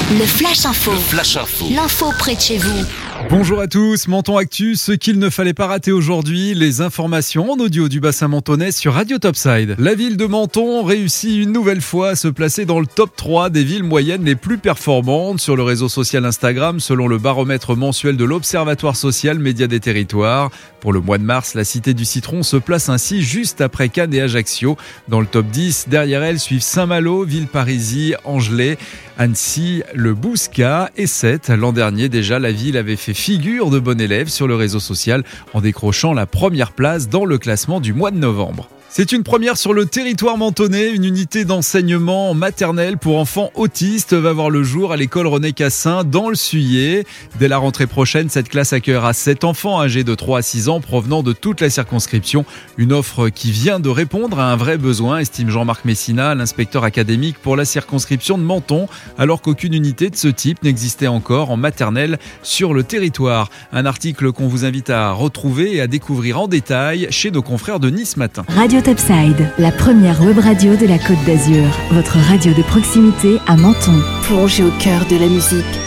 Le Flash Info. L'info près de chez vous. Bonjour à tous, Menton Actu, ce qu'il ne fallait pas rater aujourd'hui, les informations en audio du bassin mentonais sur Radio Topside. La ville de Menton réussit une nouvelle fois à se placer dans le top 3 des villes moyennes les plus performantes sur le réseau social Instagram selon le baromètre mensuel de l'Observatoire social Médias des Territoires. Pour le mois de mars, la cité du Citron se place ainsi juste après Cannes et Ajaccio. Dans le top 10, derrière elle suivent Saint-Malo, Villeparisis, Angelès, Annecy, le Bouscat et Sète. L'an dernier déjà, la ville avait fait figure de bon élève sur le réseau social en décrochant la première place dans le classement du mois de novembre. C'est une première sur le territoire mentonnais. Une unité d'enseignement maternel pour enfants autistes va voir le jour à l'école René Cassin dans le Suyer. Dès la rentrée prochaine, cette classe accueillera 7 enfants âgés de 3 à 6 ans provenant de toute la circonscription. Une offre qui vient de répondre à un vrai besoin, estime Jean-Marc Messina, l'inspecteur académique pour la circonscription de Menton, alors qu'aucune unité de ce type n'existait encore en maternelle sur le territoire. Un article qu'on vous invite à retrouver et à découvrir en détail chez nos confrères de Nice Matin. Radio Topside, la première web radio de la Côte d'Azur. Votre radio de proximité à Menton. Plongez au cœur de la musique.